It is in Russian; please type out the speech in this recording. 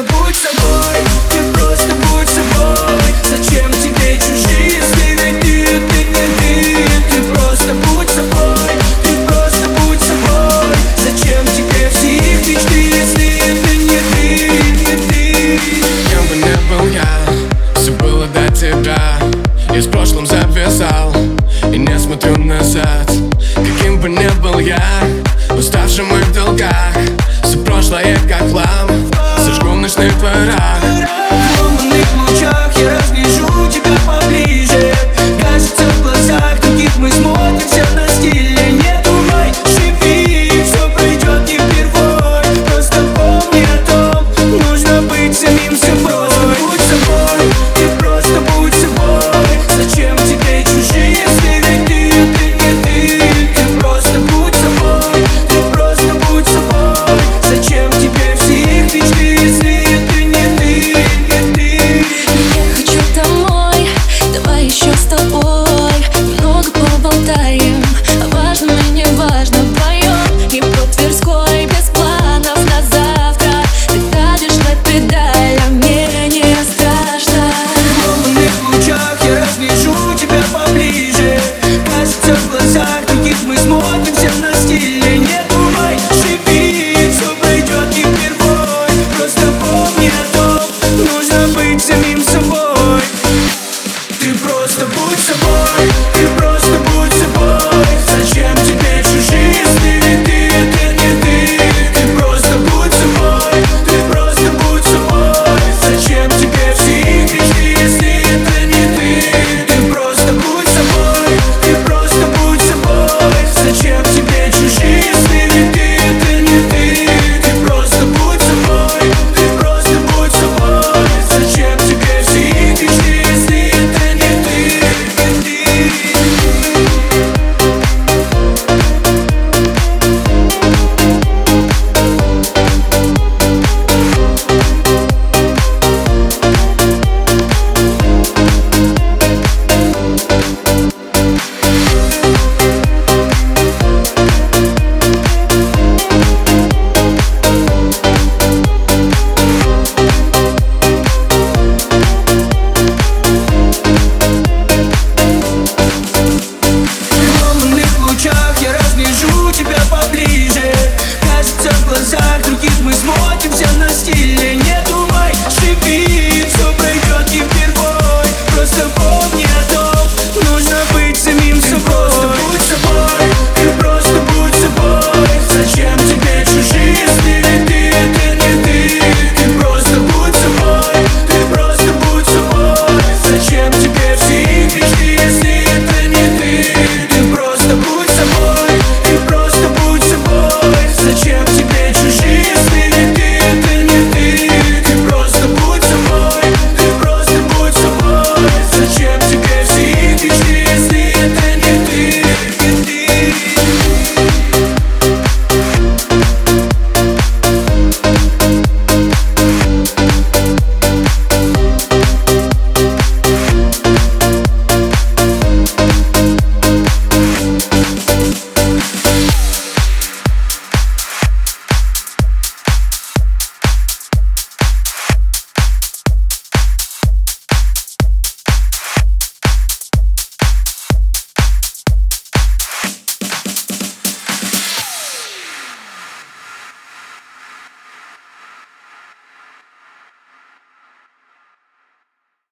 будь собой, ты просто будь собой. Зачем тебе чужие сны, ты не ты. Ты просто будь собой, ты просто будь собой. Зачем тебе все их мечты, если ты не ты. Кем бы не был я, все было до тебя. Я с прошлым завязал и не смотрю назад. Каким бы ни был я, уставшим и в долгах, все прошлое как хлам сожгу в ночных дворах.